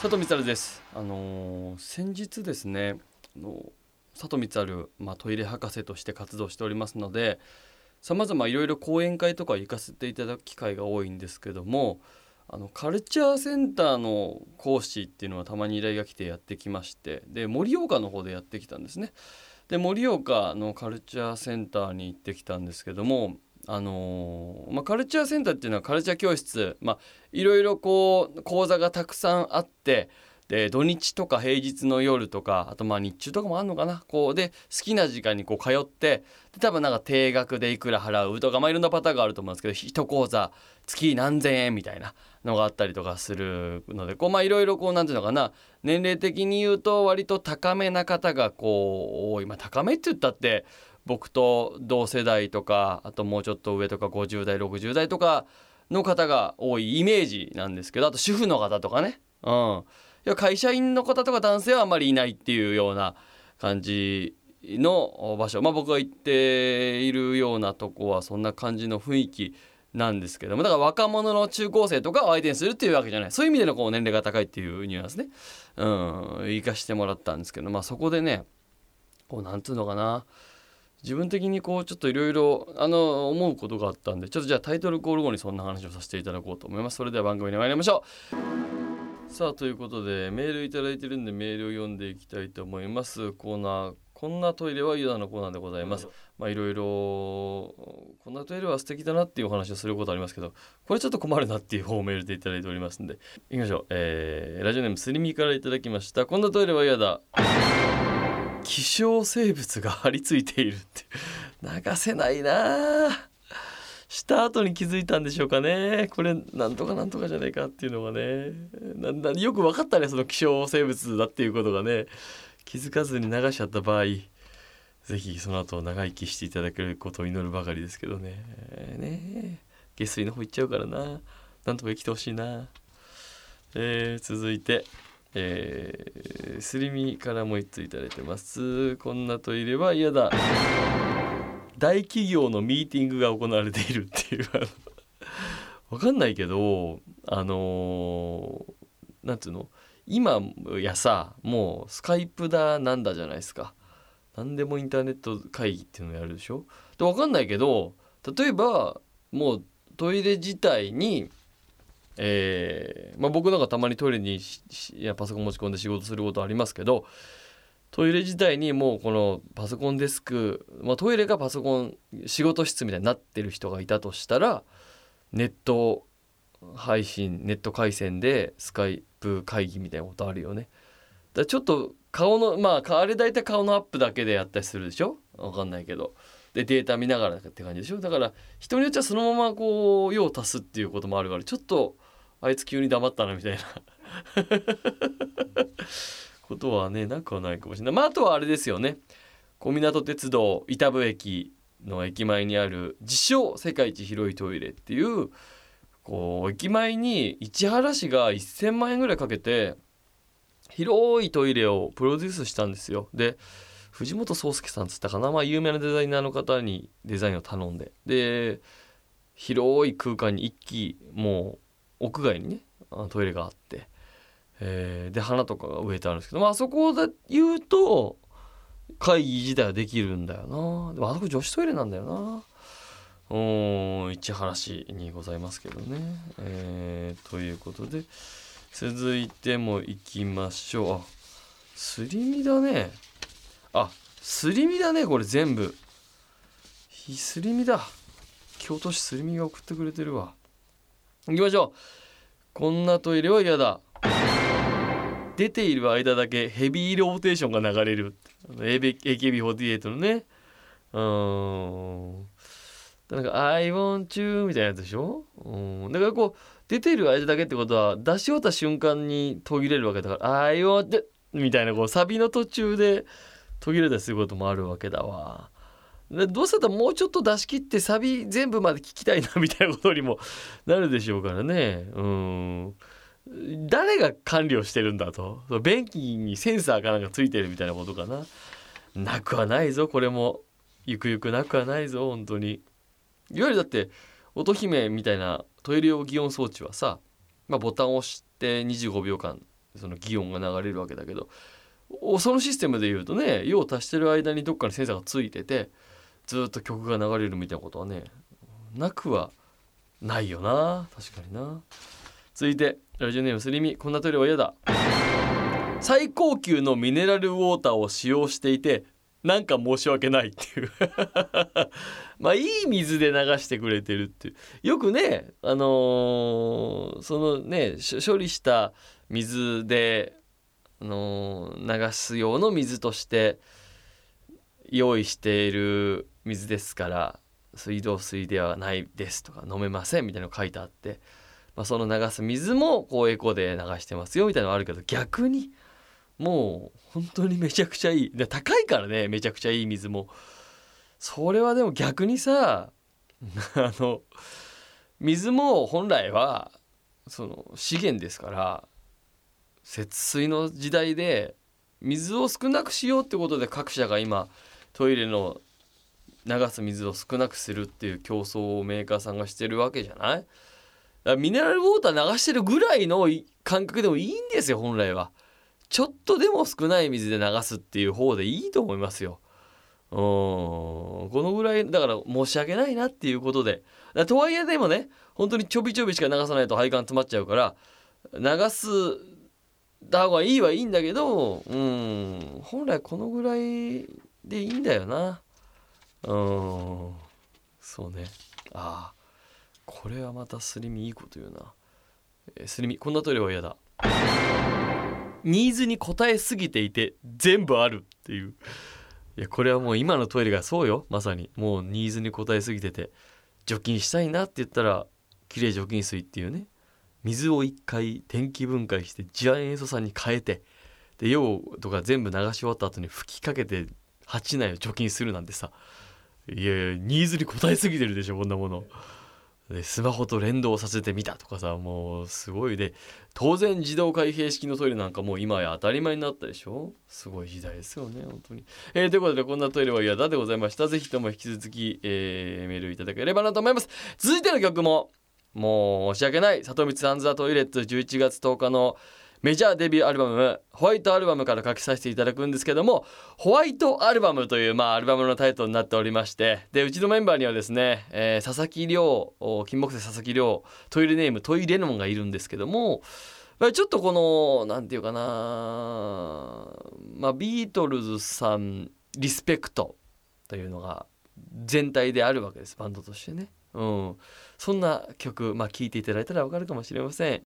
佐藤光です。先日ですね、佐藤光、トイレ博士として活動しておりますので、さまざまいろいろ講演会とか行かせていただく機会が多いんですけども、カルチャーセンターの講師っていうのはたまに依頼が来てやってきまして、で盛岡の方でやってきたんですね。で盛岡のカルチャーセンターに行ってきたんですけども、カルチャーセンターっていうのはカルチャー教室、いろいろこう講座がたくさんあって、で土日とか平日の夜とか、あと日中とかもあるのかな、こうで好きな時間にこう通って、で多分なんか定額でいくら払うとか、いろんなパターンがあると思うんですけど、一講座月何千円みたいなのがあったりとかするので、いろいろこうなんていうのかな、年齢的に言うと割と高めな方がこう多い。高めって言ったって僕と同世代とか、あともうちょっと上とか50代60代とかの方が多いイメージなんですけど、あと主婦の方とかね、会社員の方とか男性はあんまりいないっていうような感じの場所、僕が行っているようなとこはそんな感じの雰囲気なんですけども、だから若者の中高生とかを相手にするっていうわけじゃない、そういう意味でのこう年齢が高いっていうニュアンスね、行かしてもらったんですけど、そこでね、こうなんつうのかな、自分的にこうちょっといろいろ思うことがあったんで、ちょっとじゃあタイトルコール後にそんな話をさせていただこうと思います。それでは番組に参りましょう。さあ、ということでメールいただいてるんでメールを読んでいきたいと思います。コーナー、こんなトイレは嫌だのコーナーでございます。いろいろこんなトイレは素敵だなっていうお話をすることありますけど、これちょっと困るなっていう方をメールでいただいておりますんで、いきましょう。ラジオネームスリミからいただきました。こんなトイレは嫌だ、希少生物が張り付いているって流せないな。した後に気づいたんでしょうかね。これなんとかなんとかじゃないかっていうのがね、よく分かったね、その希少生物だっていうことがね。気づかずに流しちゃった場合、ぜひその後長生きしていただけることを祈るばかりですけどね。下水の方行っちゃうからな、なんとか生きてほしいな。続いてすりみからもう一ついただいてます。こんなトイレは嫌だ、大企業のミーティングが行われているっていうわかんないけど、なんていうの、今やさ、もうスカイプだなんだじゃないですか。何でもインターネット会議っていうのをやるでしょ。でわかんないけど、例えばもうトイレ自体に僕なんかたまにトイレにパソコン持ち込んで仕事することありますけど、トイレ自体にもうこのパソコンデスク、トイレがパソコン仕事室みたいになってる人がいたとしたら、ネット配信、ネット回線でスカイプ会議みたいなことあるよね。だちょっと顔のあれ大体顔のアップだけでやったりするでしょ、わかんないけど、でデータ見ながらって感じでしょ。だから人によってはそのままこう用を足すっていうこともあるから、ちょっとあいつ急に黙ったなみたいなことはね、なくはないかもしれない。あとはあれですよね、小湊鉄道板部駅の駅前にある自称世界一広いトイレっていう、こう駅前に市原市が1000万円ぐらいかけて広いトイレをプロデュースしたんですよ。で藤本壮介さんつったかな、有名なデザイナーの方にデザインを頼んで、で広い空間に一気、もう屋外にねトイレがあって、で花とかが植えてあるんですけど、あそこで言うと会議自体はできるんだよな。でもあそこ女子トイレなんだよな。市原市にございますけどね。ということで続いても行きましょう。すり身だね。すり身だね、これ全部すり身だ。京都市すり身が送ってくれてるわ。行きましょう。こんなトイレは嫌だ、出ている間だけヘビーローテーションが流れる。 AKB48 のね、なんか I want you みたいなやつでしょ。だからこう出ている間だけってことは出し終わった瞬間に途切れるわけだから、 I want you みたいな、こうサビの途中で途切れたりすることもあるわけだわ。でどうせだったらもうちょっと出し切ってサビ全部まで聞きたいなみたいなことにもなるでしょうからね。誰が管理をしてるんだと、便器にセンサーかなんかついてるみたいなことかな。なくはないぞ、これもゆくゆくなくはないぞ本当に。いわゆるだって乙姫みたいなトイレ用擬音装置はさ、ボタンを押して25秒間その擬音が流れるわけだけど、そのシステムで言うとね、用を足してる間にどっかにセンサーがついててずっと曲が流れるみたいなことはねなくはないよな。確かにな。続いてラジオネームすりみ、こんなトイレは嫌だ。最高級のミネラルウォーターを使用していてなんか申し訳ないっていうまあいい水で流してくれてるっていう。よくねそのね処理した水で流す用の水として用意している水ですから水道水ではないですとか飲めませんみたいなの書いてあって、その流す水もこうエコで流してますよみたいなのあるけど、逆にもう本当にめちゃくちゃいいで高いからね、めちゃくちゃいい水も。それはでも逆にさ水も本来はその資源ですから、節水の時代で水を少なくしようってことで各社が今トイレの流す水を少なくするっていう競争をメーカーさんがしてるわけじゃない。だからミネラルウォーター流してるぐらいの感覚でもいいんですよ本来は。ちょっとでも少ない水で流すっていう方でいいと思いますよ。このぐらいだから申し訳ないなっていうことで、とはいえでもね本当にちょびちょびしか流さないと配管詰まっちゃうから流した方がいいはいいんだけど、本来このぐらいでいいんだよな。そうね。これはまたすりみいいこと言うな。すりみ、こんなトイレは嫌だ。ニーズに応えすぎていて全部あるっていう。いやこれはもう今のトイレがそうよ。まさにもうニーズに応えすぎてて、除菌したいなって言ったらきれい除菌水っていうね、水を一回電気分解して次亜塩素酸に変えて、で用とか全部流し終わった後に吹きかけて鉢内を除菌するなんてさ、いやニーズに応えすぎてるでしょこんなもので。スマホと連動させてみたとかさ、もうすごいで、当然自動開閉式のトイレなんかもう今や当たり前になったでしょ。すごい時代ですよね本当に。ということでこんなトイレは嫌だでございました。ぜひとも引き続き、メールいただければなと思います。続いての曲ももう申し訳ない里光アンザトイレット11月10日のメジャーデビューアルバムホワイトアルバムから書きさせていただくんですけども、ホワイトアルバムというアルバムのタイトルになっておりまして、でうちのメンバーにはですね、佐々木亮、金木犀佐々木亮、トイレネームトイレノンがいるんですけども、ちょっとこのなんていうかな、ビートルズさんリスペクトというのが全体であるわけです、バンドとしてね。そんな曲聴いていただいたらわかるかもしれません。